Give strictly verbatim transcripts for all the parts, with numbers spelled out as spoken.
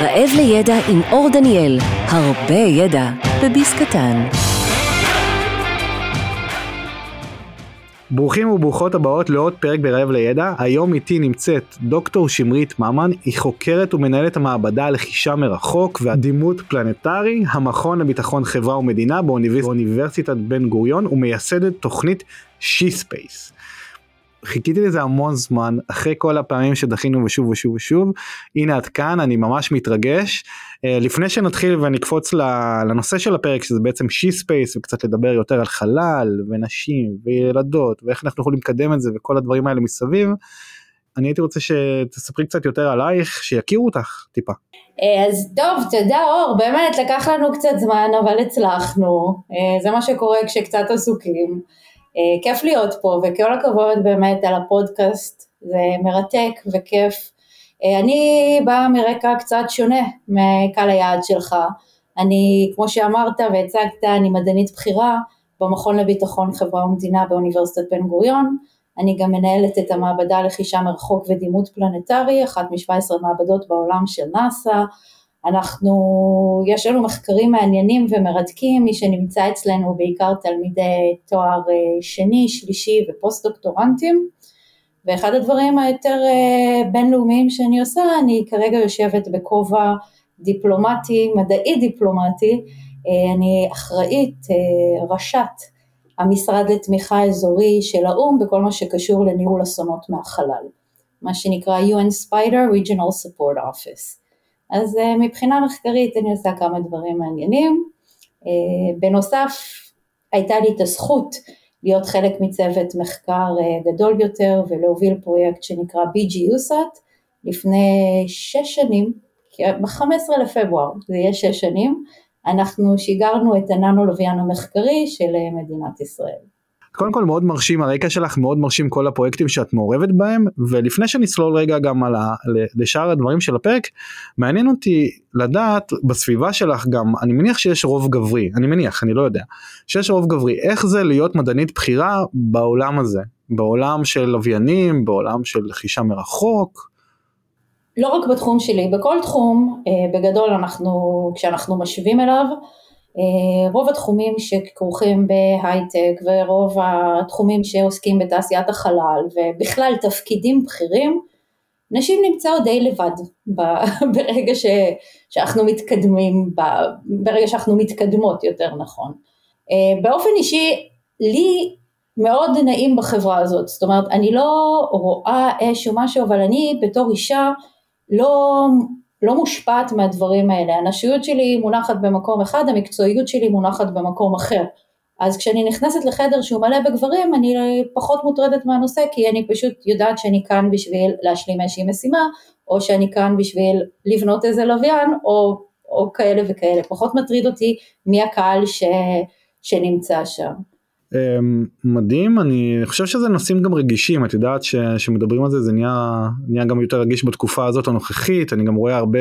רעב לידע עם אור דניאל, הרבה ידע בביס קטן. ברוכים וברוכות הבאות לעוד פרק ברעב לידע. היום איתי נמצאת דוקטור שמרית ממן, היא חוקרת ומנהלת המעבדה לחישה מרחוק והדימות פלנטרי, המכון לביטחון חברה ומדינה באוניברסיטת בן גוריון, ומייסדת תוכנית She-Space. חיכיתי לזה המון זמן, אחרי כל הפעמים שדחינו ושוב ושוב ושוב, הנה את כאן, אני ממש מתרגש. לפני שנתחיל ונקפוץ לנושא של הפרק, שזה בעצם She-Space, וקצת לדבר יותר על חלל ונשים וילדות, ואיך אנחנו יכולים לקדם את זה וכל הדברים האלה מסביב, אני הייתי רוצה שתספרי קצת יותר עלייך, שיכירו אותך טיפה. אז טוב, תודה אור, באמת לקח לנו קצת זמן, אבל הצלחנו, זה מה שקורה כשקצת עסוקים. כיף להיות פה, וכל הכבוד באמת על הפודקאסט, זה מרתק וכיף. אני באה מרקע קצת שונה מקהל היעד שלך, אני כמו שאמרת והצגת, אני מדענית בחירה במכון לביטחון חברה ומדינה באוניברסיטת בן גוריון, אני גם מנהלת את המעבדה לחישה מרחוק ודימות פלנטרי, אחת משבע עשרה מעבדות בעולם של נאסא, אנחנו, יש לנו מחקרים מעניינים ומרתקים, מי שנמצא אצלנו בעיקר תלמידי תואר שני, שלישי ופוסט דוקטורנטים, ואחד הדברים היותר בינלאומיים שאני עושה, אני כרגע יושבת בכובע דיפלומטי, מדעי דיפלומטי, אני אחראית ראשת המשרד לתמיכה אזורי של האום, בכל מה שקשור לניהול אסונות מהחלל, מה שנקרא יו אן Spider Regional Support Office. אז uh, מבחינה מחקרית אני עושה כמה דברים מעניינים, uh, בנוסף הייתה לי את הזכות להיות חלק מצוות מחקר uh, גדול יותר ולהוביל פרויקט שנקרא בי ג'י יו סאט לפני שש שנים, ב-חמישה עשר לפברואר, זה יהיה שש שנים, אנחנו שיגרנו את הננו לוויין המחקרי של uh, מדינת ישראל. קודם כל מאוד מרשים, הרקע שלך מאוד מרשים כל הפרויקטים שאת מעורבת בהם, ולפני שנסלול רגע גם על ה, לשאר הדברים של הפרק, מעניין אותי לדעת בסביבה שלך גם, אני מניח שיש רוב גברי, אני מניח, אני לא יודע, שיש רוב גברי, איך זה להיות מדענית בחירה בעולם הזה, בעולם של לוויינים, בעולם של חישה מרחוק? לא רק בתחום שלי, בכל תחום, בגדול אנחנו, כשאנחנו משווים אליו, רוב התחומים שכרוכים בהייטק ורוב התחומים שעוסקים בתעשיית החלל ובכלל תפקידים בכירים, נשים נמצאות די לבד ברגע ש, שאנחנו מתקדמים, ברגע שאנחנו מתקדמות יותר נכון. באופן אישי, לי מאוד נעים בחברה הזאת, זאת אומרת, אני לא רואה איזשהו משהו, אבל אני בתור אישה לא... לא מושפעת מהדברים האלה, הנשיות שלי מונחת במקום אחד, המקצועיות שלי מונחת במקום אחר, אז כשאני נכנסת לחדר שהוא מלא בגברים, אני פחות מוטרדת מהנושא, כי אני פשוט יודעת שאני כאן בשביל להשלים איזושהי משימה, או שאני כאן בשביל לבנות איזה לוויין, או, או כאלה וכאלה, פחות מטריד אותי מי הקהל ש, שנמצא שם. מדהים, אני חושב שזה נושאים גם רגישים, את יודעת ש, שמדברים על זה, זה נהיה, נהיה גם יותר רגיש בתקופה הזאת הנוכחית, אני גם רואה הרבה,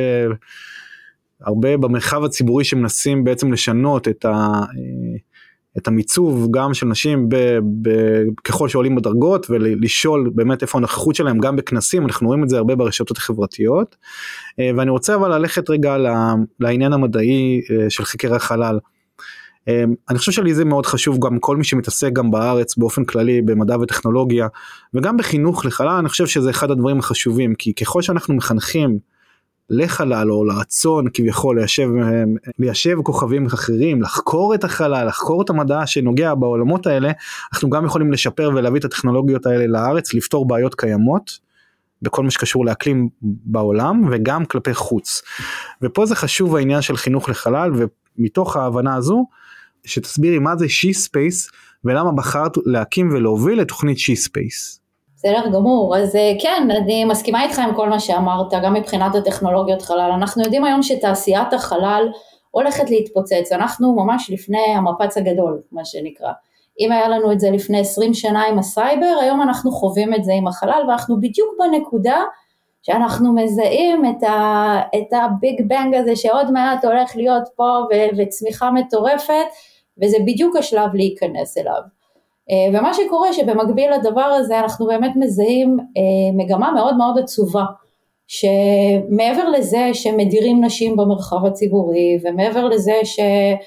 הרבה במרחב הציבורי שמנסים בעצם לשנות את, ה, את המיצוב גם של נשים ב, ב, ככל שעולים בדרגות, ולשאול באמת איפה הנוכחות שלהם גם בכנסים, אנחנו רואים את זה הרבה ברשתות החברתיות, ואני רוצה אבל ללכת רגע לעניין המדעי של חקר החלל. אני חושב שלי זה מאוד חשוב, גם כל מי שמתעסק גם בארץ באופן כללי במדע וטכנולוגיה, וגם בחינוך לחלל, אני חושב שזה אחד הדברים החשובים, כי ככל שאנחנו מחנכים לחלל או לרצון כביכול ליישב, ליישב כוכבים אחרים, לחקור את החלל, לחקור את המדע שנוגע בעולמות האלה, אנחנו גם יכולים לשפר ולהביא את הטכנולוגיות האלה לארץ, לפתור בעיות קיימות, בכל מה שקשור לאקלים בעולם, וגם כלפי חוץ. ופה זה חשוב העניין של חינוך לחלל, ומתוך ההבנה הזו, שתסבירי מה זה She-Space, ולמה בחרת להקים ולהוביל את תוכנית She-Space. בסדר גמור, אז כן, אני מסכימה איתך עם כל מה שאמרת, גם מבחינת הטכנולוגיות חלל, אנחנו יודעים היום שתעשיית החלל הולכת להתפוצץ, אנחנו ממש לפני המפץ הגדול, מה שנקרא. אם היה לנו את זה לפני עשרים שנה עם הסייבר, היום אנחנו חווים את זה עם החלל, ואנחנו בדיוק בנקודה שאנחנו מזהים את ה, את הביג בנג הזה, שעוד מעט הולך להיות פה ו, וצמיחה מטורפת, וזה בדיוק השלב להיכנס אליו. ומה שקורה שבמקביל לדבר הזה, אנחנו באמת מזהים מגמה מאוד מאוד עצובה, שמעבר לזה שמדירים נשים במרחב הציבורי, ומעבר לזה ש...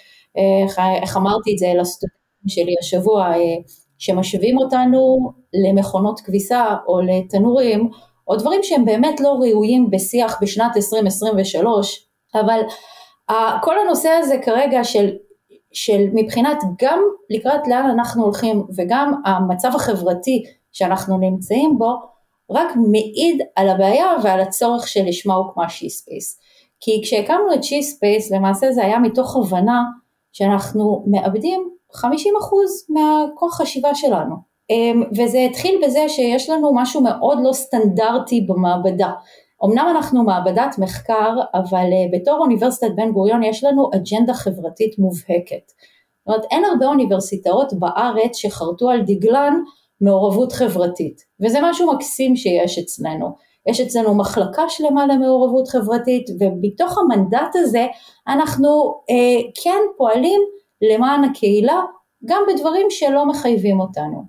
איך אמרתי את זה לסטודנטים שלי השבוע, שמשווים אותנו למכונות כביסה או לתנורים, או דברים שהם באמת לא ראויים בשיח בשנת עשרים עשרים ושלוש, אבל כל הנושא הזה כרגע של, של מבחינת גם לקראת לאן אנחנו הולכים, וגם המצב החברתי שאנחנו נמצאים בו, רק מעיד על הבעיה ועל הצורך שלשמה הוקמה SheSpace. כי כשהקמנו את SheSpace, למעשה זה היה מתוך הבנה שאנחנו מאבדים חמישים אחוז מהכוח חשיבה שלנו. וזה התחיל בזה שיש לנו משהו מאוד לא סטנדרטי במעבדה. אמנם אנחנו מעבדת מחקר, אבל בתור אוניברסיטת בן גוריון יש לנו אג'נדה חברתית מובהקת. זאת אומרת, אין הרבה אוניברסיטאות בארץ שחרטו על דגלן מעורבות חברתית, וזה משהו מקסים שיש אצלנו. יש אצלנו מחלקה שלמה למעורבות חברתית, ובתוך המנדט הזה אנחנו אה, כן פועלים למען הקהילה, גם בדברים שלא מחייבים אותנו.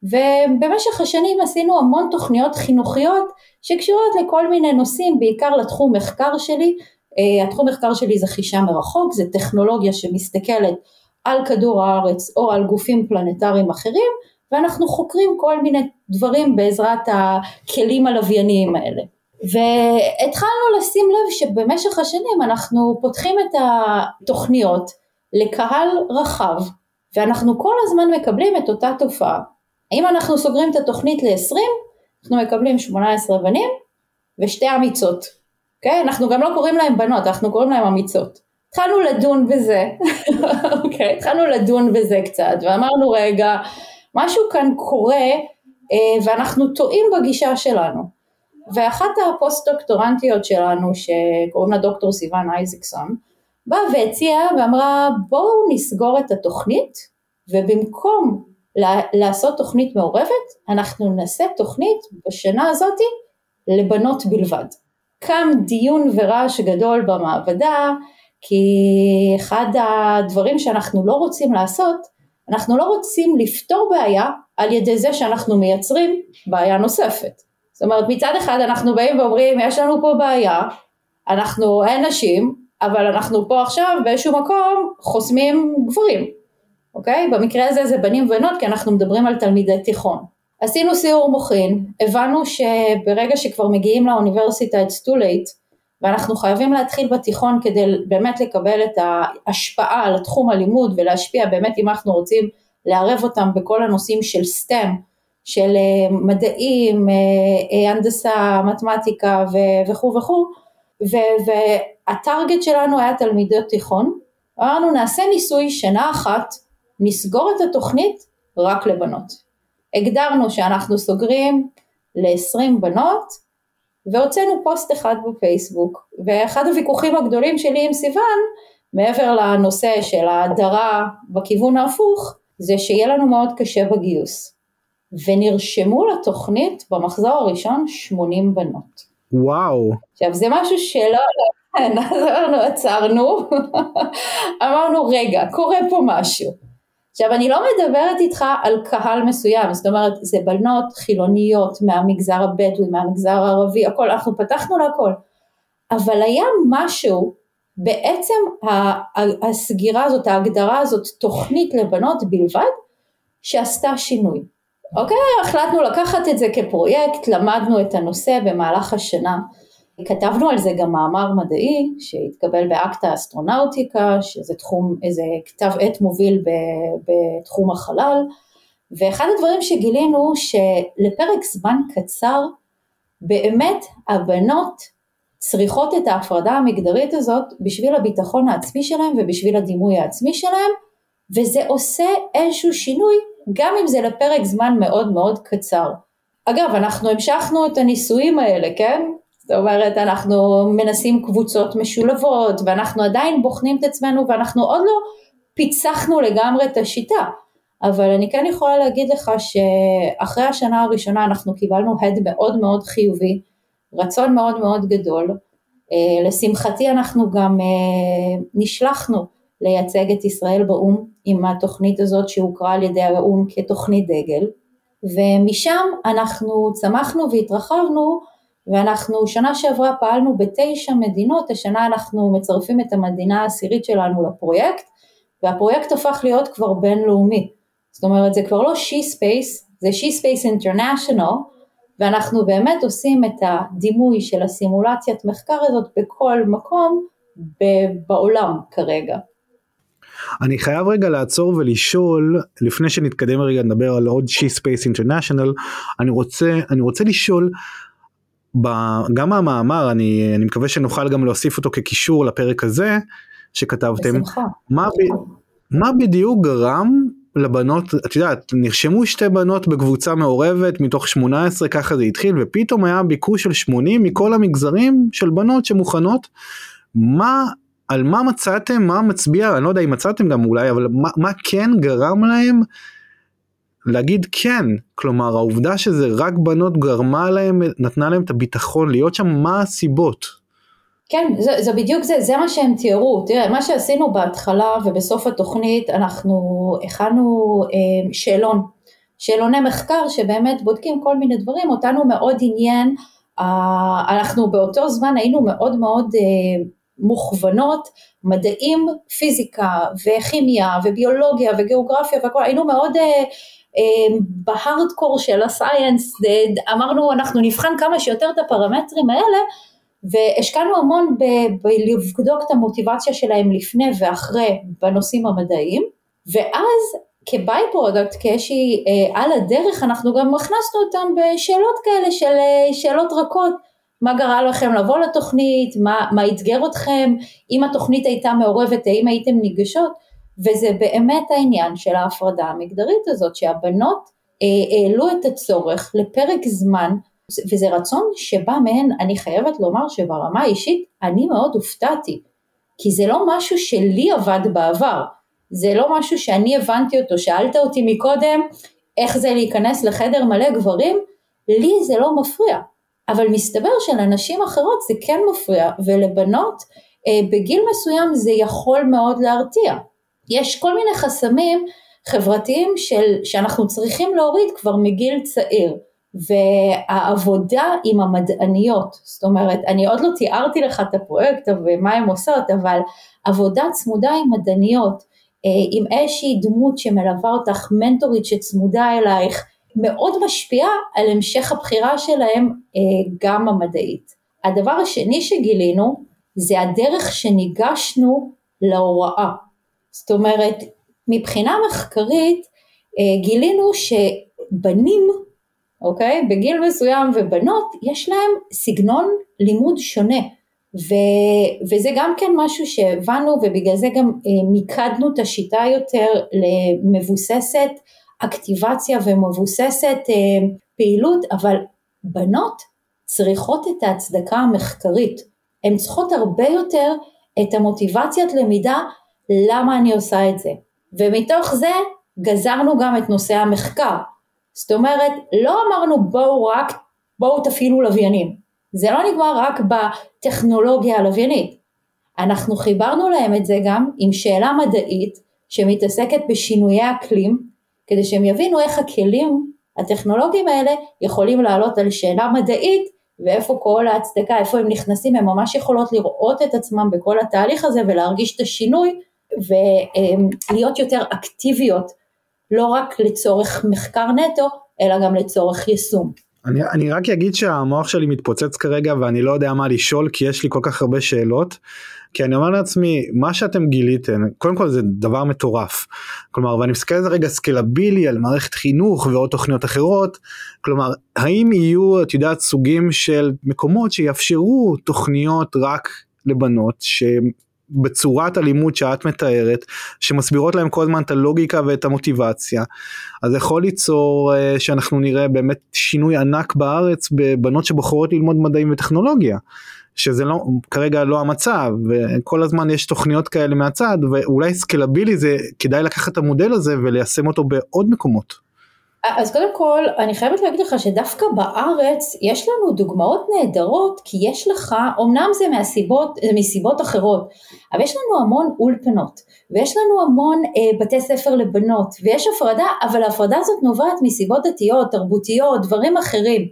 ובמשך השנים עשינו המון תוכניות חינוכיות, שקשורות לכל מיני נושאים, בעיקר לתחום מחקר שלי. אה, התחום מחקר שלי זה חישה מרחוק, זה טכנולוגיה שמסתכלת על כדור הארץ, או על גופים פלנטריים אחרים, ואנחנו חוקרים כל מיני דברים בעזרת הכלים הלווייניים האלה. והתחלנו לשים לב שבמשך השנים אנחנו פותחים את התוכניות לקהל רחב, ואנחנו כל הזמן מקבלים את אותה תופעה. אם אנחנו סוגרים את התוכנית ל-עשרים, אנחנו מקבלים שמונה עשרה בנים ושתי אמיצות. Okay? אנחנו גם לא קוראים להם בנות, אנחנו קוראים להם אמיצות. התחלנו לדון בזה, okay? התחלנו לדון בזה קצת, ואמרנו רגע, משהו כאן קורה, ואנחנו טועים בגישה שלנו. ואחת הפוסט-דוקטורנטיות שלנו, שקוראים לה דוקטור סיוון אייזקסון, באה והציעה ואמרה, בואו נסגור את התוכנית, ובמקום לעשות תוכנית מעורבת, אנחנו נעשה תוכנית בשנה הזאת לבנות בלבד. קם דיון ורעש גדול במעבדה, כי אחד הדברים שאנחנו לא רוצים לעשות, אנחנו לא רוצים לפתור בעיה על ידי זה שאנחנו מייצרים בעיה נוספת. זאת אומרת, מצד אחד אנחנו באים ואומרים, יש לנו פה בעיה, אנחנו אין נשים, אבל אנחנו פה עכשיו באיזשהו מקום חוסמים גברים. אוקיי? במקרה הזה זה בנים ובנות, כי אנחנו מדברים על תלמידי תיכון. עשינו סיור מוחין, הבנו שברגע שכבר מגיעים לאוניברסיטה, it's too late, ואנחנו חייבים להתחיל בתיכון כדי באמת לקבל את ההשפעה על התחום הלימוד, ולהשפיע באמת אם אנחנו רוצים לערב אותם בכל הנושאים של סטם, של מדעים, הנדסה, מתמטיקה וכו' וכו', והטרגט שלנו היה תלמידי תיכון, אמרנו נעשה ניסוי שנה אחת, נסגור את התוכנית רק לבנות. הגדרנו שאנחנו סוגרים ל-עשרים בנות, והוצאנו פוסט אחד בפייסבוק, ואחד הוויכוחים הגדולים שלי עם סיוון, מעבר לנושא של ההדרה בכיוון ההפוך, זה שיהיה לנו מאוד קשה בגיוס. ונרשמו לתוכנית במחזור הראשון שמונים בנות. וואו. עכשיו זה משהו שלא, אז אמרנו, עצרנו, אמרנו רגע, קורה פה משהו. עכשיו אני לא מדברת איתך על קהל מסוים, זאת אומרת זה בנות חילוניות מהמגזר הבדואי, מהמגזר הערבי, הכל, אנחנו פתחנו להכל, אבל היה משהו, בעצם הסגירה הזאת, ההגדרה הזאת, תוכנית לבנות בלבד, שעשתה שינוי. אוקיי, החלטנו לקחת את זה כפרויקט, למדנו את הנושא במהלך השנה, כתבנו על זה גם מאמר מדעי, שהתקבל באקטה אסטרונאוטיקה, שזה תחום, איזה כתב עת מוביל בתחום החלל, ואחד הדברים שגילינו, שלפרק זמן קצר, באמת הבנות צריכות את ההפרדה המגדרית הזאת, בשביל הביטחון העצמי שלהם, ובשביל הדימוי העצמי שלהם, וזה עושה איזשהו שינוי, גם אם זה לפרק זמן מאוד מאוד קצר. אגב, אנחנו המשכנו את הניסויים האלה, כן? זאת אומרת, אנחנו מנסים קבוצות משולבות, ואנחנו עדיין בוחנים את עצמנו, ואנחנו עוד לא פיצחנו לגמרי את השיטה. אבל אני כן יכולה להגיד לך שאחרי השנה הראשונה אנחנו קיבלנו הד מאוד מאוד חיובי, רצון מאוד מאוד גדול. לשמחתי אנחנו גם נשלחנו לייצג את ישראל באום, עם התוכנית הזאת שהוכרה על ידי האום כתוכנית דגל, ומשם אנחנו צמחנו והתרחבנו, ואנחנו שנה שעברה פעלנו בתשע מדינות, השנה אנחנו מצרפים את המדינה העשירית שלנו לפרויקט, והפרויקט הפך להיות כבר בינלאומי, זאת אומרת זה כבר לא She-Space, זה She-Space International, ואנחנו באמת עושים את הדימוי של הסימולציית מחקר הזאת בכל מקום בעולם כרגע. אני חייב רגע לעצור ולשאול, לפני שנתקדם רגע נדבר על עוד She-Space International, אני רוצה, אני רוצה לשאול, גם מהמאמר, אני, אני מקווה שנוכל גם להוסיף אותו כקישור לפרק הזה, שכתבתם, מה, מה בדיוק גרם לבנות, את יודעת, נרשמו שתי בנות בקבוצה מעורבת, מתוך שמונה עשרה, ככה זה התחיל, ופתאום היה ביקוש של שמונים, מכל המגזרים של בנות שמוכנות, מה, על מה מצאתם, מה מצביע, אני לא יודע אם מצאתם גם אולי, אבל מה, מה כן גרם להם, להגיד כן, כלומר העובדה שזה רק בנות גרמה להם, נתנה להם את הביטחון להיות שם, מה הסיבות? כן, זה, זה בדיוק זה, זה מה שהם תיארו, תראה, מה שעשינו בהתחלה ובסוף התוכנית, אנחנו הכנו אה, שאלון, שאלוני מחקר שבאמת בודקים כל מיני דברים, אותנו מאוד עניין, אה, אנחנו באותו זמן היינו מאוד מאוד אה, מוכוונות, מדעים, פיזיקה וכימיה וביולוגיה וגיאוגרפיה והכל, היינו מאוד... אה, בהארדקור של הסייאנס, אמרנו אנחנו נבחן כמה שיותר את הפרמטרים האלה, והשקענו המון בלבדוק את המוטיבציה שלהם לפני ואחרי בנושאים המדעיים, ואז כביי פרודקט, כשהיא על הדרך, אנחנו גם הכנסנו אותם בשאלות כאלה, של שאלות רכות, מה גרם לכם לבוא לתוכנית, מה, מה יתגר אתכם, אם התוכנית הייתה מעורבת, האם הייתם ניגשות, וזה באמת העניין של ההפרדה המגדרית הזאת, שהבנות העלו את הצורך לפרק זמן, וזה רצון שבא מהן, אני חייבת לומר שברמה האישית, אני מאוד הופתעתי, כי זה לא משהו שלי עבד בעבר, זה לא משהו שאני הבנתי אותו, שאלת אותי מקודם, איך זה להיכנס לחדר מלא גברים, לי זה לא מפריע, אבל מסתבר שלנשים אחרות זה כן מפריע, ולבנות בגיל מסוים זה יכול מאוד להרתיע, יש כל מיני חסמים חברתיים של, שאנחנו צריכים להוריד כבר מגיל צעיר, והעבודה עם המדעניות, זאת אומרת, אני עוד לא תיארתי לך את הפרויקט ומה הן עושות, אבל עבודה צמודה עם מדעניות, עם איזושהי דמות שמלווה אותך, מנטורית שצמודה אלייך, מאוד משפיעה על המשך הבחירה שלהם גם המדעית. הדבר השני שגילינו, זה הדרך שניגשנו להוראה. זאת אומרת, מבחינה מחקרית, גילינו שבנים, אוקיי, בגיל מסוים ובנות, יש להם סגנון לימוד שונה, ו, וזה גם כן משהו שהבנו, ובגלל זה גם מיקדנו את השיטה יותר למבוססת אקטיבציה ומבוססת פעילות, אבל בנות צריכות את ההצדקה המחקרית, הן צריכות הרבה יותר את המוטיבציית למידה, למה אני עושה את זה, ומתוך זה גזרנו גם את נושא המחקר, זאת אומרת, לא אמרנו בואו רק, בואו תפעילו לוויינים, זה לא נגמר רק בטכנולוגיה הלוויינית, אנחנו חיברנו להם את זה גם עם שאלה מדעית, שמתעסקת בשינויי אקלים, כדי שהם יבינו איך הכלים הטכנולוגיים האלה, יכולים לעלות על שאלה מדעית, ואיפה כל ההצדקה, איפה הם נכנסים, הם ממש יכולות לראות את עצמם בכל התהליך הזה, ולהרגיש את השינוי, ולהיות יותר אקטיביות, לא רק לצורך מחקר נטו, אלא גם לצורך יישום. אני, אני רק אגיד שהמוח שלי מתפוצץ כרגע, ואני לא יודע מה לשאול, כי יש לי כל כך הרבה שאלות, כי אני אומר לעצמי, מה שאתם גיליתם, קודם כל זה דבר מטורף, כלומר, ואני מסתכל על זה רגע סקלבילי, על מערכת חינוך ועוד תוכניות אחרות, כלומר, האם יהיו, את יודעת, סוגים של מקומות שיאפשרו תוכניות רק לבנות, שבצורת הלימוד שאת מתארת, שמסבירות להם כל הזמן את הלוגיקה ואת המוטיבציה, אז יכול ליצור שאנחנו נראה באמת שינוי ענק בארץ, בבנות שבוחרות ללמוד מדעים וטכנולוגיה, שזה לא, כרגע לא המצב, וכל הזמן יש תוכניות כאלה מהצד, ואולי סקלבילי זה, כדאי לקחת את המודל הזה, וליישם אותו בעוד מקומות. אז קודם כל, אני חייבת להגיד לך, שדווקא בארץ, יש לנו דוגמאות נהדרות, כי יש לך, אמנם זה מהסיבות, זה מסיבות אחרות, אבל יש לנו המון אולפנות, ויש לנו המון אה, בתי ספר לבנות, ויש הפרדה, אבל ההפרדה הזאת נובעת מסיבות דתיות, תרבותיות, דברים אחרים,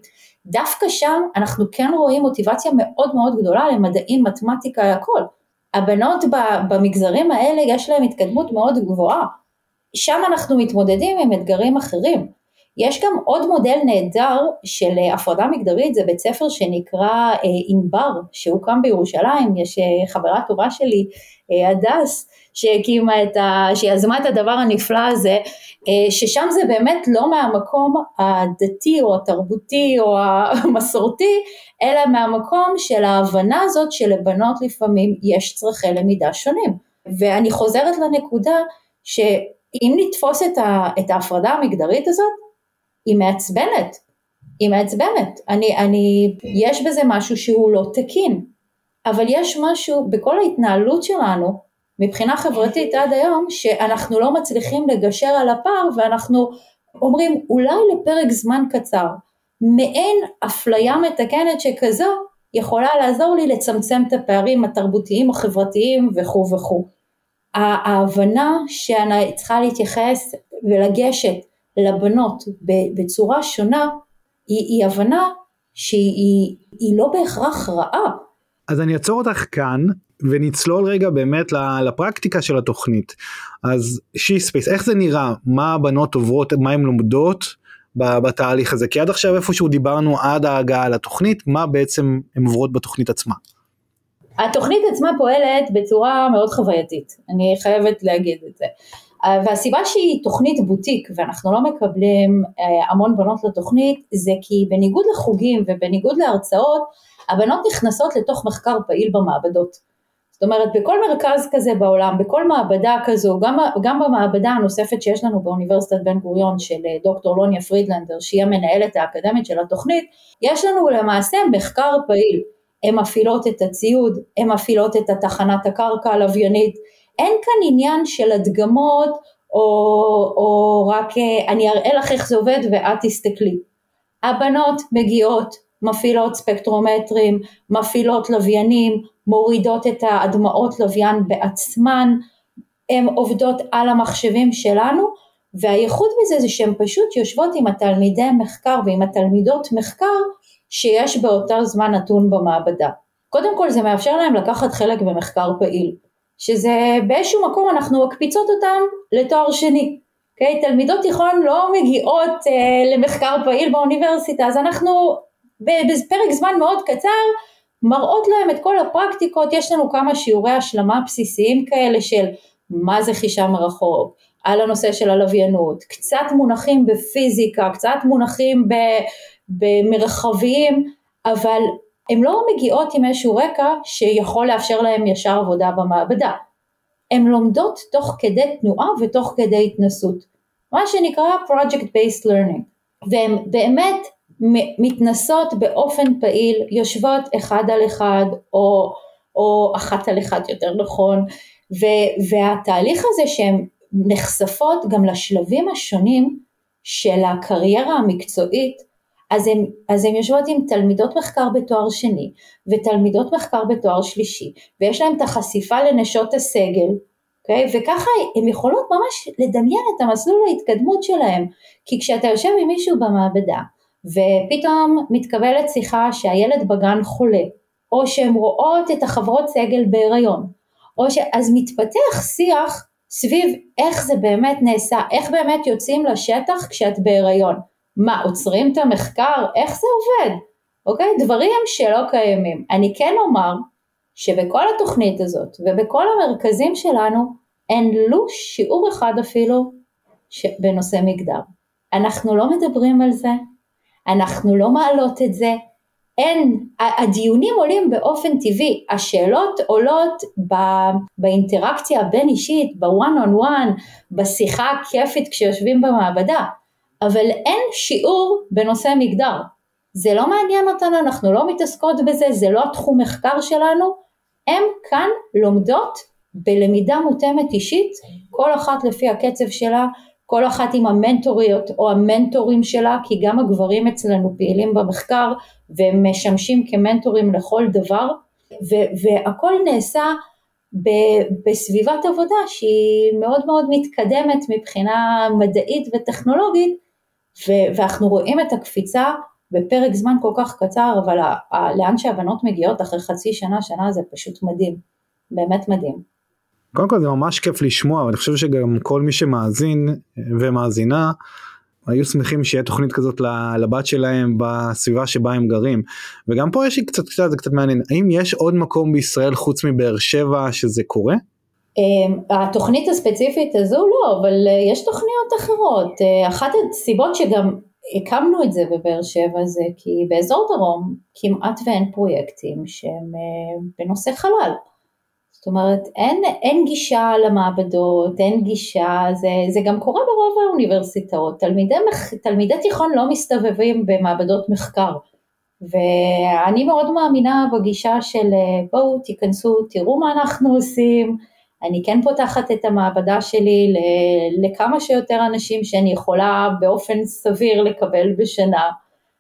דווקא שם אנחנו כן רואים מוטיבציה מאוד מאוד גדולה למדעים, מתמטיקה, הכל. הבנות במגזרים האלה יש להם התקדמות מאוד גבוהה, שם אנחנו מתמודדים עם אתגרים אחרים. יש גם עוד מודל נהדר של הפרדה מגדרית, זה בית ספר שנקרא אינבר, שהוקם בירושלים, יש חברה טובה שלי, הדס, שהקימה את ה... שיזמה את הדבר הנפלא הזה, ששם זה באמת לא מהמקום הדתי או התרבותי או המסורתי, אלא מהמקום של ההבנה הזאת שלבנות לפעמים יש צרכי למידה שונים. ואני חוזרת לנקודה שאם נתפוס את, ה... את ההפרדה המגדרית הזאת, היא מעצבנת, היא מעצבנת, אני, אני, יש בזה משהו שהוא לא תקין, אבל יש משהו בכל ההתנהלות שלנו, מבחינה חברתית עד היום, שאנחנו לא מצליחים לגשר על הפער, ואנחנו אומרים אולי לפרק זמן קצר, מעין אפליה מתקנת שכזו, יכולה לעזור לי לצמצם את הפערים התרבותיים, החברתיים וכו' וכו'. ההבנה שאני צריכה להתייחס ולגשת, לבנות בצורה שונה, היא, היא הבנה שהיא היא לא בהכרח רעה. אז אני אעצור אותך כאן, ונצלול רגע באמת לפרקטיקה של התוכנית. אז שיספייס, איך זה נראה? מה הבנות עוברות, מה הן לומדות בתהליך הזה? כי עד עכשיו איפשהו דיברנו עד ההגעה לתוכנית, מה בעצם הן עוברות בתוכנית עצמה? התוכנית עצמה פועלת בצורה מאוד חווייתית, אני חייבת להגיד את זה. והסיבה שהיא תוכנית בוטיק, ואנחנו לא מקבלים המון בנות לתוכנית, זה כי בניגוד לחוגים ובניגוד להרצאות, הבנות נכנסות לתוך מחקר פעיל במעבדות. זאת אומרת, בכל מרכז כזה בעולם, בכל מעבדה כזו, גם, גם במעבדה הנוספת שיש לנו באוניברסיטת בן גוריון, של דוקטור לוניה פרידלנדר, שהיא המנהלת האקדמית של התוכנית, יש לנו למעשה מחקר פעיל. הן מפעילות את הציוד, הן מפעילות את התחנת הקרקע הלוויינית, אין כאן עניין של הדגמות, או, או רק אני אראה לך איך זה עובד ואת תסתכלי. הבנות מגיעות, מפעילות ספקטרומטרים, מפעילות לוויינים, מורידות את הדמעות לוויין בעצמן, הן עובדות על המחשבים שלנו, והייחוד בזה זה שהן פשוט יושבות עם התלמידי מחקר ועם התלמידות מחקר, שיש באותו זמן נתון במעבדה. קודם כל זה מאפשר להם לקחת חלק במחקר פעיל, שזה באיזשהו מקום אנחנו מקפיצות אותם לתואר שני. Okay? תלמידות תיכון לא מגיעות uh, למחקר פעיל באוניברסיטה, אז אנחנו בפרק זמן מאוד קצר מראות להם את כל הפרקטיקות, יש לנו כמה שיעורי השלמה בסיסיים כאלה של מה זה חישה מרחוק, על הנושא של הלוויינות, קצת מונחים בפיזיקה, קצת מונחים במרחביים, אבל הן לא מגיעות עם איזשהו רקע שיכול לאפשר להם ישר עבודה במעבדה. הן לומדות תוך כדי תנועה ותוך כדי התנסות, מה שנקרא project based learning, והן באמת מתנסות באופן פעיל, יושבות אחד על אחד או, או אחת על אחד יותר נכון, והתהליך הזה שהן נחשפות גם לשלבים השונים של הקריירה המקצועית, אז הם, אז הם יושבות עם תלמידות מחקר בתואר שני, ותלמידות מחקר בתואר שלישי, ויש להם את החשיפה לנשות הסגל, okay? וככה הם יכולות ממש לדמיין את המסלול ההתקדמות שלהם, כי כשאתה יושב עם מישהו במעבדה, ופתאום מתקבלת שיחה שהילד בגן חולה, או שהן רואות את החברות סגל בהיריון, או ש... אז מתפתח שיח סביב איך זה באמת נעשה, איך באמת יוצאים לשטח כשאת בהיריון, מה, עוצרים את המחקר? איך זה עובד? אוקיי? דברים שלא קיימים. אני כן אומר שבכל התוכנית הזאת ובכל המרכזים שלנו אין לו שיעור אחד אפילו בנושא מגדר. אנחנו לא מדברים על זה, אנחנו לא מעלות את זה, אין, הדיונים עולים באופן טבעי, השאלות עולות באינטראקציה הבין אישית, בוואן און וואן, בשיחה הכיפית כשיושבים במעבדה, אבל אין שיעור בנושא מגדר, זה לא מעניין אותנו, אנחנו לא מתעסקות בזה, זה לא התחום מחקר שלנו, הם כאן לומדות בלמידה מותאמת אישית, כל אחת לפי הקצב שלה, כל אחת עם המנטוריות או המנטורים שלה, כי גם הגברים אצלנו פעילים במחקר, והם משמשים כמנטורים לכל דבר, ו- והכל נעשה ב- בסביבת עבודה, שהיא מאוד מאוד מתקדמת מבחינה מדעית וטכנולוגית, ו- ואנחנו רואים את הקפיצה בפרק זמן כל כך קצר, אבל ה- ה- לאן שהבנות מגיעות אחרי חצי שנה, שנה זה פשוט מדהים, באמת מדהים. קודם כל זה ממש כיף לשמוע, ואני חושב שגם כל מי שמאזין ומאזינה, היו שמחים שיהיה תוכנית כזאת לבת שלהם בסביבה שבה הם גרים. וגם פה יש לי קצת, קצת, זה קצת מעניין, האם יש עוד מקום בישראל חוץ מבאר שבע שזה קורה? התוכנית הספציפית הזו לא, אבל יש תוכניות אחרות. אחת הסיבות שגם הקמנו את זה בבאר שבע זה כי באזור דרום כמעט ואין פרויקטים שהם בנושא חלל. זאת אומרת, אין, אין גישה למעבדות, אין גישה, זה, זה גם קורה ברוב האוניברסיטאות, תלמידי, תלמידי תיכון לא מסתובבים במעבדות מחקר, ואני מאוד מאמינה בגישה של בואו תיכנסו, תראו מה אנחנו עושים, אני כן פותחת את המעבדה שלי לכמה שיותר אנשים שאני יכולה באופן סביר לקבל בשנה,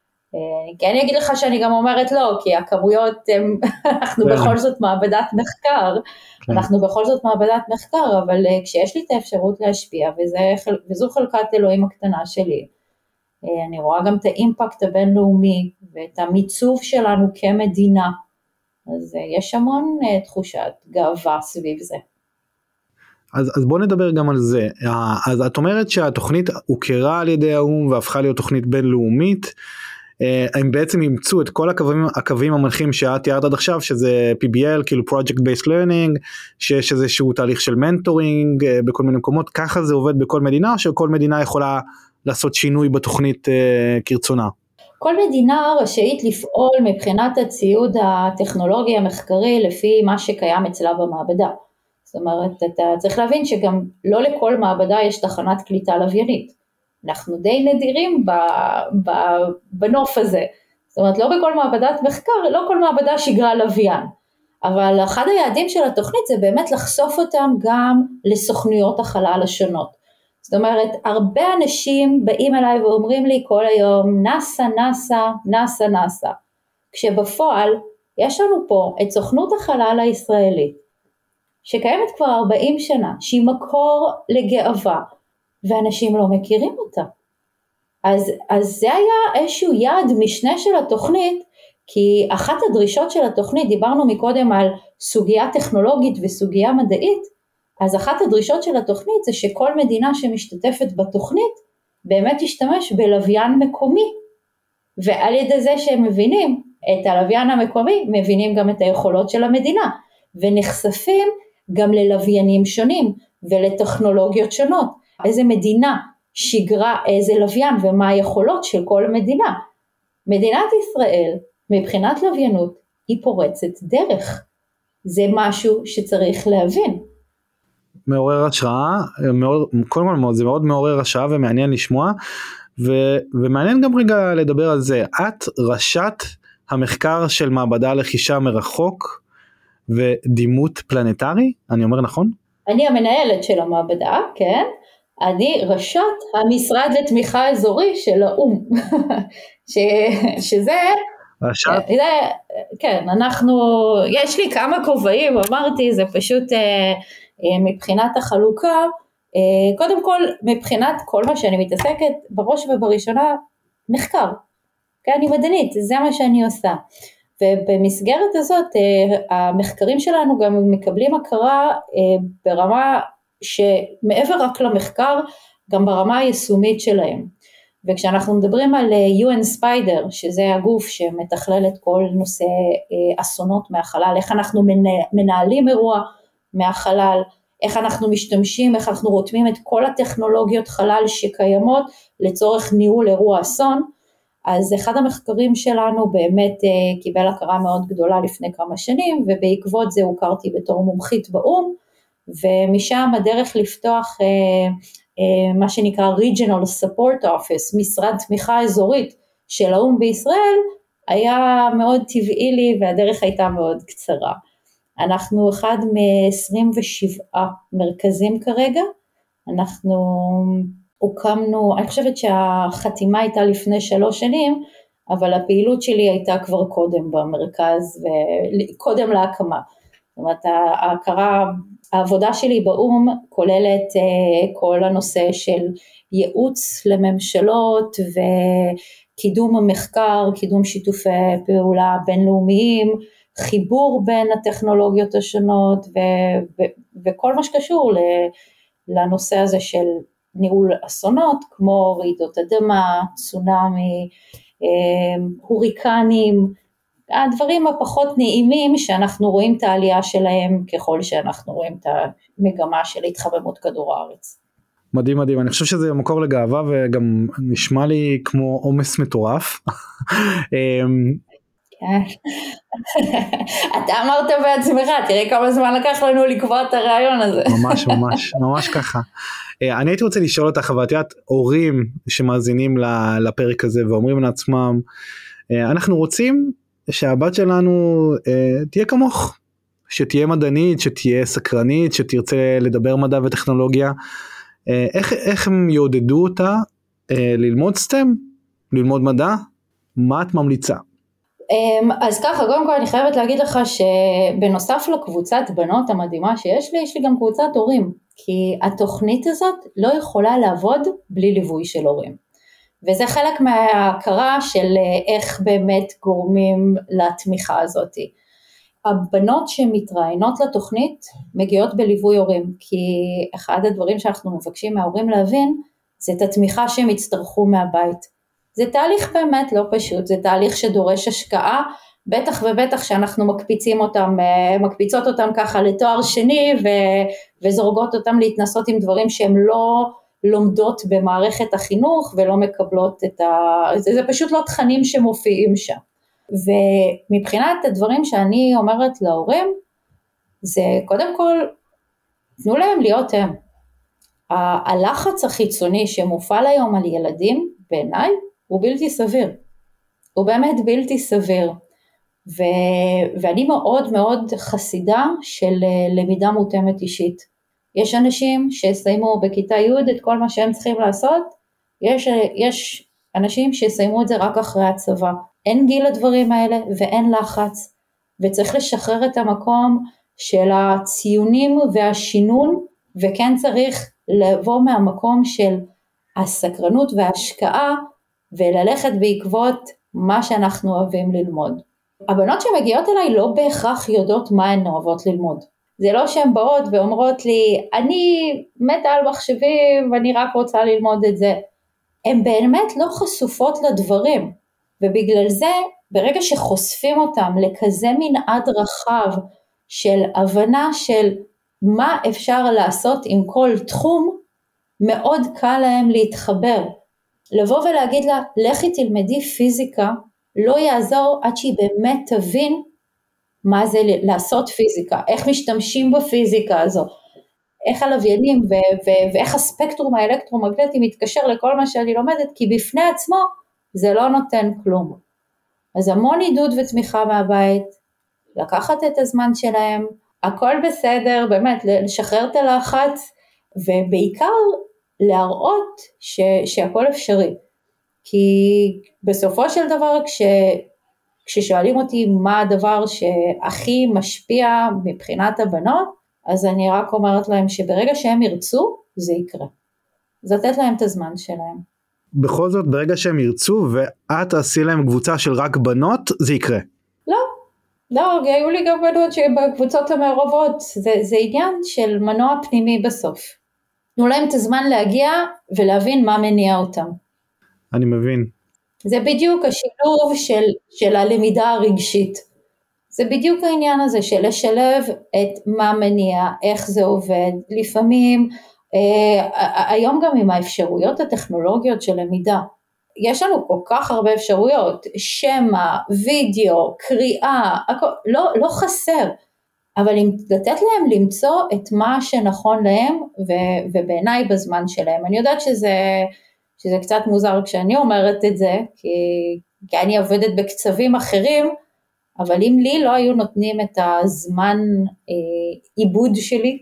כן, אני אגיד לך שאני גם אומרת לא, כי הכמויות, אנחנו בכל זאת מעבדת מחקר, אנחנו בכל זאת מעבדת מחקר, אבל כשיש לי את האפשרות להשפיע, וזו חלקת אלוהים הקטנה שלי, אני רואה גם את האימפקט הבינלאומי, ואת המיצוב שלנו כמדינה, אז יש המון תחושת גאווה סביב זה. אז, אז בוא נדבר גם על זה. אז את אומרת שהתוכנית הוכרה על ידי האו"ם, והפכה להיות תוכנית בינלאומית, הם בעצם ימצאו את כל הקווים, הקווים המנחים שאת תיארת עד עכשיו, שזה פי בי אל, כאילו Project Based Learning, שיש איזשהו תהליך של מנטורינג בכל מיני מקומות, ככה זה עובד בכל מדינה, או שכל מדינה יכולה לעשות שינוי בתוכנית כרצונה? כל מדינה רשאית לפעול מבחינת הציוד הטכנולוגי המחקרי, לפי מה שקיים אצלה במעבדה. זאת אומרת, אתה צריך להבין שגם לא לכל מעבדה יש תחנת קליטה לוויינית. אנחנו די נדירים ב, ב, בנוף הזה, זאת אומרת לא בכל מעבדת מחקר, לא כל מעבדה שגרה לוויין, אבל אחד היעדים של התוכנית זה באמת לחשוף אותם גם לסוכנויות החלל השונות, זאת אומרת הרבה אנשים באים אליי ואומרים לי כל היום נאסא נאסא נאסא נאסא, כשבפועל יש לנו פה את סוכנות החלל הישראלית, שקיימת כבר ארבעים שנה, שהיא מקור לגאווה, ואנשים לא מכירים אותה. אז, אז זה היה איזשהו יעד משנה של התוכנית, כי אחת הדרישות של התוכנית, דיברנו מקודם על סוגיה טכנולוגית וסוגיה מדעית, אז אחת הדרישות של התוכנית זה שכל מדינה שמשתתפת בתוכנית, באמת תשתמש בלוויין מקומי, ועל ידי זה שהם מבינים את הלוויין המקומי, מבינים גם את היכולות של המדינה, ונחשפים גם ללוויינים שונים, ולטכנולוגיות שונות, איזה מדינה שגרה איזה לוויין ומה היכולות של כל מדינה. מדינת ישראל מבחינת לוויינות היא פורצת דרך. זה משהו שצריך להבין. מעורר השראה, מאוד, קודם כל זה מאוד מעורר השראה ומעניין לשמוע, ו, ומעניין גם רגע לדבר על זה. את ראשת המחקר של מעבדה לחישה מרחוק ודימות פלנטרי, אני אומר נכון? אני המנהלת של המעבדה, כן? אני ראשת המשרד לתמיכה אזורי של האו"ם, ש, שזה, ראשת? זה, כן, אנחנו, יש לי כמה כובעים, אמרתי, זה פשוט מבחינת החלוקה, קודם כל, מבחינת כל מה שאני מתעסקת, בראש ובראשונה, מחקר, כן, אני מדענית, זה מה שאני עושה, ובמסגרת הזאת, המחקרים שלנו גם מקבלים הכרה ברמה, שמעבר רק למחקר, גם ברמה היישומית שלהם. וכשאנחנו מדברים על יו אן Spider, שזה הגוף שמתכלל את כל נושא אסונות מהחלל, איך אנחנו מנהלים אירוע מהחלל, איך אנחנו משתמשים, איך אנחנו רותמים את כל הטכנולוגיות חלל שקיימות, לצורך ניהול אירוע אסון, אז אחד המחקרים שלנו באמת קיבל הכרה מאוד גדולה לפני כמה שנים, ובעקבות זה הוכרתי בתור מומחית באו"ם, ומשם הדרך לפתוח אה, אה, מה שנקרא Regional Support Office, משרד תמיכה אזורית של האו"ם בישראל, היה מאוד טבעי לי והדרך הייתה מאוד קצרה. אנחנו אחד מ-עשרים ושבעה מרכזים כרגע, אנחנו הוקמנו, אני חושבת שהחתימה הייתה לפני שלוש שנים, אבל הפעילות שלי הייתה כבר קודם במרכז, וקודם להקמה. זאת אומרת, ההכרה, העבודה שלי באום כוללת כל הנושא של ייעוץ לממשלות וקידום המחקר, קידום שיתופי פעולה בינלאומיים, חיבור בין הטכנולוגיות השונות ו- ו- וכל מה שקשור לנושא הזה של ניהול אסונות, כמו רעידות אדמה, צונאמי, הוריקנים, הדברים הפחות נעימים שאנחנו רואים את העלייה שלהם ככל שאנחנו רואים את המגמה של התחממות כדור הארץ. מדהים מדהים, אני חושב שזה מקור לגאווה וגם נשמע לי כמו עומס מטורף. אתה אמרת בעצמך, תראה כמה זמן לקח לנו לקבוע את הרעיון הזה. ממש ממש, ממש ככה. אני הייתי רוצה לשאול אותך, ואת יודעת, הורים שמאזינים לפרק הזה ואומרים לעצמם, אנחנו רוצים שהבת שלנו תהיה כמוך, שתהיה מדענית, שתהיה סקרנית, שתרצה לדבר מדע וטכנולוגיה, איך, איך הם יעודדו אותה ללמוד סטם, ללמוד מדע? מה את ממליצה? אז ככה, קודם כל אני חייבת להגיד לך שבנוסף לקבוצת בנות המדהימה שיש לי, יש לי גם קבוצת הורים, כי התוכנית הזאת לא יכולה לעבוד בלי ליווי של הורים. וזה חלק מההכרה של איך באמת גורמים לתמיכה הזאת. הבנות שמתראיינות לתוכנית מגיעות בליווי הורים, כי אחד הדברים שאנחנו מבקשים מההורים להבין, זה את התמיכה שהם יצטרכו מהבית. זה תהליך באמת לא פשוט, זה תהליך שדורש השקעה, בטח ובטח שאנחנו מקפיצים אותם, מקפיצות אותם ככה לתואר שני, ו- וזורגות אותם להתנסות עם דברים שהם לא לומדות במערכת החינוך, ולא מקבלות את ה... זה, זה פשוט לא תכנים שמופיעים שם. ומבחינת הדברים שאני אומרת להורים, זה קודם כל, תנו להם להיות הם. ה- הלחץ החיצוני שמופעל היום על ילדים, בעיניי, הוא בלתי סביר. הוא באמת בלתי סביר. ו- ואני מאוד מאוד חסידה של למידה מותאמת אישית. יש אנשים שסיימו בכיתה י' את כל מה שהם צריכים לעשות, יש, יש אנשים שסיימו את זה רק אחרי הצבא. אין גיל לדברים האלה ואין לחץ, וצריך לשחרר את המקום של הציונים והשינון, וכן צריך לבוא מהמקום של הסקרנות וההשקעה, וללכת בעקבות מה שאנחנו אוהבים ללמוד. הבנות שמגיעות אליי לא בהכרח יודעות מה הן אוהבות ללמוד. זה לא שהן באות ואומרות לי, אני מתה על מחשבים ואני רק רוצה ללמוד את זה. הן באמת לא חשופות לדברים, ובגלל זה ברגע שחושפים אותם לכזה מנעד רחב של הבנה של מה אפשר לעשות עם כל תחום, מאוד קל להם להתחבר. לבוא ולהגיד לה, לכי תלמדי פיזיקה, לא יעזור עד שהיא באמת תבין מה זה לעשות פיזיקה, איך משתמשים בפיזיקה הזו, איך הלוויינים ו- ו- ואיך הספקטרום האלקטרומגנטי מתקשר לכל מה שאני לומדת, כי בפני עצמו זה לא נותן כלום. אז המון עידוד ותמיכה מהבית, לקחת את הזמן שלהם, הכל בסדר, באמת, לשחרר את הלחץ, ובעיקר להראות ש- שהכל אפשרי. כי בסופו של דבר, כש... כששואלים אותי מה הדבר שהכי משפיע מבחינת הבנות, אז אני רק אומרת להם שברגע שהם ירצו, זה יקרה. אז לתת להם את הזמן שלהם. בכל זאת, ברגע שהם ירצו, ואת תעשי להם קבוצה של רק בנות, זה יקרה. לא, לא, היו לי גם בנות שבקבוצות המעורבות, זה, זה עניין של מנוע פנימי בסוף. תנו להם את הזמן להגיע ולהבין מה מניע אותם. אני מבין. זה בדיוק השילוב של, של הלמידה הרגשית. זה בדיוק העניין הזה של לשלב את מה מניע, איך זה עובד. לפעמים, אה, היום גם עם האפשרויות הטכנולוגיות של למידה, יש לנו כל כך הרבה אפשרויות, שמה, וידאו, קריאה, הכל, לא, לא חסר, אבל אם לתת להם למצוא את מה שנכון להם, ו, ובעיניי בזמן שלהם. אני יודעת שזה... שזה קצת מוזר כשאני אומרת את זה, כי, כי אני עובדת בקצבים אחרים, אבל אם לי לא היו נותנים את הזמן אה, עיבוד שלי,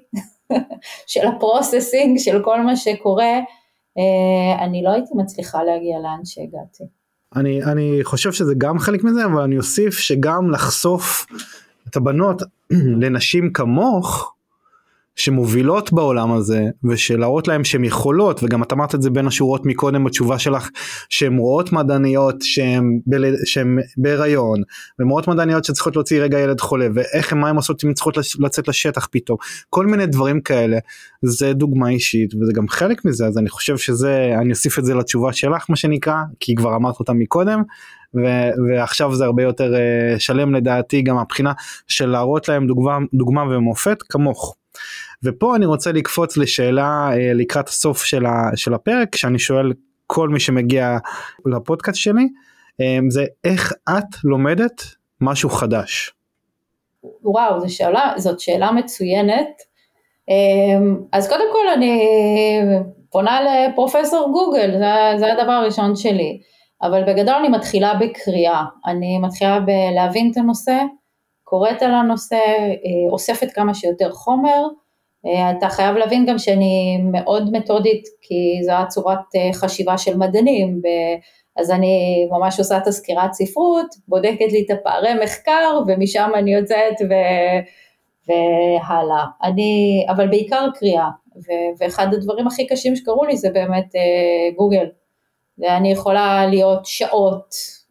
של הפרוססינג, של כל מה שקורה, אה, אני לא הייתי מצליחה להגיע לאן שהגעתי. אני, אני חושב שזה גם חלק מזה, אבל אני אוסיף שגם לחשוף את את הבנות לנשים כמוך, שמובילות בעולם הזה, ושלהראות להם שהן יכולות, וגם את אמרת את זה בין השורות מקודם בתשובה שלך, שהן רואות מדעניות שהן, ב, שהן בהיריון, והן רואות מדעניות שצריכות להוציא רגע ילד חולה, ואיך מה הן עושות אם צריכות לצאת לשטח פתאום, כל מיני דברים כאלה, זה דוגמה אישית, וזה גם חלק מזה, אז אני חושב שזה, אני אוסיף את זה לתשובה שלך מה שנקרא, כי כבר אמרת אותה מקודם, ו- ועכשיו זה הרבה יותר uh, שלם לדעתי, גם הבחינה של להראות להם דוגמה, דוגמה ומופת כמוך. ופה אני רוצה לקפוץ לשאלה uh, לקראת הסוף של, ה- של הפרק, שאני שואל כל מי שמגיע לפודקאסט שלי, um, זה איך את לומדת משהו חדש? וואו, זו שאלה, זאת שאלה מצוינת. Um, אז קודם כל אני פונה לפרופסור גוגל, זה, זה הדבר הראשון שלי. אבל בגדול אני מתחילה בקריאה, אני מתחילה בלהבין את הנושא, קוראת על הנושא, אוספת כמה שיותר חומר, אתה חייב להבין גם שאני מאוד מתודית, כי זו הצורת חשיבה של מדענים, אז אני ממש עושה את הסקירת ספרות, בודקת לי את הפערי מחקר, ומשם אני יוצאת ו... והלאה. אני, אבל בעיקר קריאה, ואחד הדברים הכי קשים שקרו לי זה באמת גוגל, ואני יכולה להיות שעות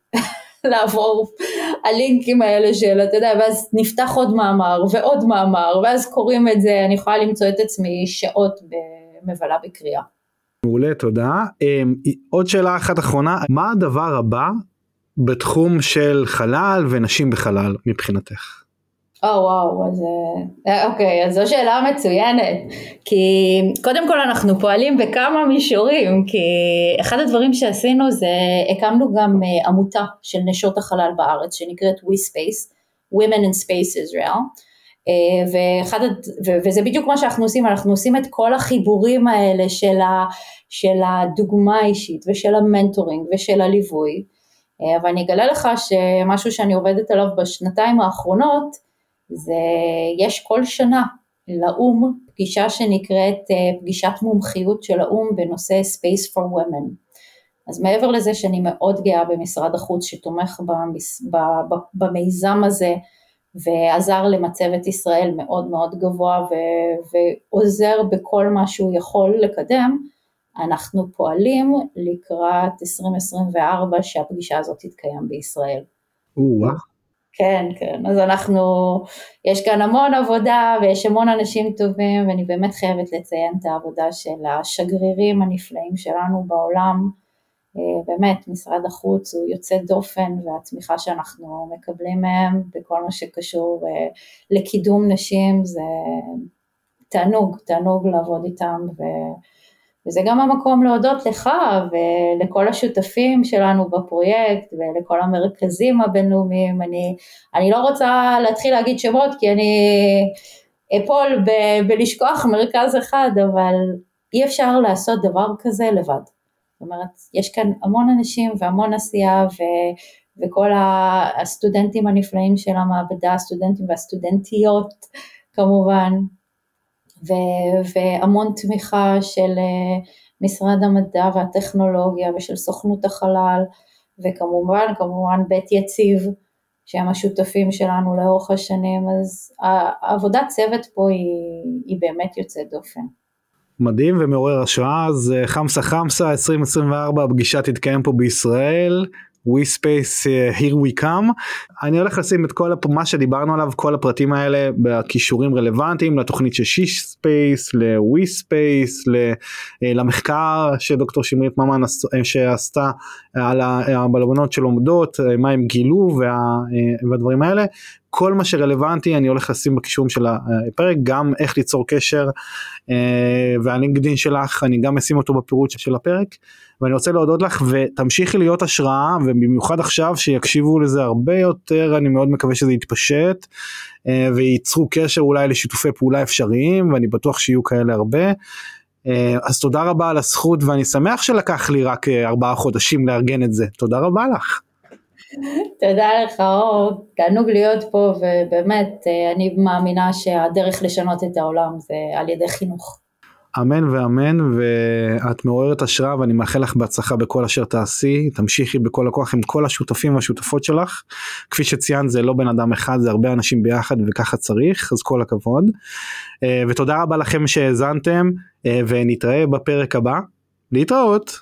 לעבור הלינקים האלה של, אתה יודע, ואז נפתח עוד מאמר ועוד מאמר, ואז קוראים את זה, אני יכולה למצוא את עצמי שעות במבלה בקריאה. מעולה, תודה. עוד שאלה אחת אחרונה, מה הדבר הבא בתחום של חלל ונשים בחלל מבחינתך? או וואו, אז אוקיי, אז זו שאלה מצוינת, כי קודם כל אנחנו פועלים בכמה מישורים, כי אחד הדברים שעשינו זה, הקמנו גם עמותה של נשות החלל בארץ, שנקראת WeSpace, Women in Space Israel, ואחד, וזה בדיוק מה שאנחנו עושים, אנחנו עושים את כל החיבורים האלה של, ה, של הדוגמה האישית, ושל המנטורינג, ושל הליווי, ואני אגלה לך שמשהו שאני עובדת עליו בשנתיים האחרונות, זה יש כל שנה לאום פגישה שנקראת פגישת מומחיות של האום בנושא Space for Women. אז מעבר לזה שאני מאוד גאה במשרד החוץ שתומך במיזם הזה ועזר למצב את ישראל מאוד מאוד גבוה ועוזר בכל מה שהוא יכול לקדם, אנחנו פועלים לקראת עשרים עשרים וארבע שהפגישה הזאת תתקיים בישראל. וואו. כן, כן, אז אנחנו, יש כאן המון עבודה ויש המון אנשים טובים, ואני באמת חייבת לציין את העבודה של השגרירים הנפלאים שלנו בעולם, באמת משרד החוץ הוא יוצא דופן, והתמיכה שאנחנו מקבלים מהם בכל מה שקשור לקידום נשים, זה תענוג, תענוג לעבוד איתם, ו... וזה גם המקום להודות לך ולכל השותפים שלנו בפרויקט ולכל המרכזים הבינלאומיים. אני, אני לא רוצה להתחיל להגיד שמות כי אני אפול ב, בלשכוח מרכז אחד, אבל אי אפשר לעשות דבר כזה לבד. זאת אומרת, יש כאן המון אנשים והמון עשייה ו, וכל הסטודנטים הנפלאים של המעבדה, הסטודנטים והסטודנטיות כמובן, ו- והמון תמיכה של uh, משרד המדע והטכנולוגיה ושל סוכנות החלל, וכמובן, כמובן בית יציב, שהם השותפים שלנו לאורך השנים, אז העבודת צוות פה היא, היא באמת יוצאת דופן. מדהים ומעורר השראה, אז חמסה חמסה, עשרים עשרים וארבע, הפגישה תתקיים פה בישראל, WeSpace, uh, here we come. אני הולך לשים את כל הפ... מה שדיברנו עליו, כל הפרטים האלה בכישורים רלוונטיים, לתוכנית של שיש ספייס, ל-WeSpace, ל... למחקר שדוקטור שמרית ממן שעשתה על הבלבנות שלומדות, מה הם גילו וה... והדברים האלה, כל מה שרלוונטי אני הולך לשים בכישורים של הפרק, גם איך ליצור קשר, והלינקדין שלך, אני גם אשים אותו בפירוט של הפרק, ואני רוצה להודות לך, ותמשיכי להיות השראה, ובמיוחד עכשיו שיקשיבו לזה הרבה יותר, אני מאוד מקווה שזה יתפשט, וייצרו קשר אולי לשיתופי פעולה אפשריים, ואני בטוח שיהיו כאלה הרבה, אז תודה רבה על הזכות, ואני שמח שלקח לי רק ארבעה חודשים לארגן את זה, תודה רבה לך. תודה לך אור, תענוג להיות פה, ובאמת אני מאמינה שהדרך לשנות את העולם זה על ידי חינוך. אמן ואמן, ואת מעוררת השראה, ואני מאחל לך בהצלחה בכל אשר תעשי, תמשיכי בכל הכוח עם כל השותפים והשותפות שלך, כפי שציינת זה לא בן אדם אחד, זה הרבה אנשים ביחד וככה צריך, אז כל הכבוד, ותודה רבה לכם שהאזנתם, ונתראה בפרק הבא, להתראות.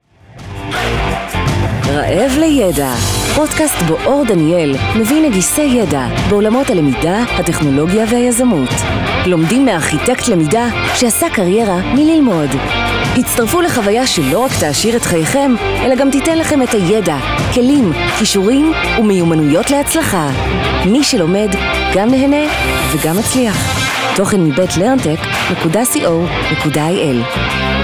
רעב לידע, פודקאסט בו אור דניאל מביא נגיסי ידע בעולמות הלמידה, הטכנולוגיה והיזמות. לומדים מארכיטקט למידה שעשה קריירה מללמוד. הצטרפו לחוויה שלא רק תעשיר את חייכם, אלא גם תיתן לכם את הידע, כלים, כישורים ומיומנויות להצלחה. מי שלומד גם נהנה וגם מצליח. תוכן מבית לרנטק נקודה סי או נקודה איי אל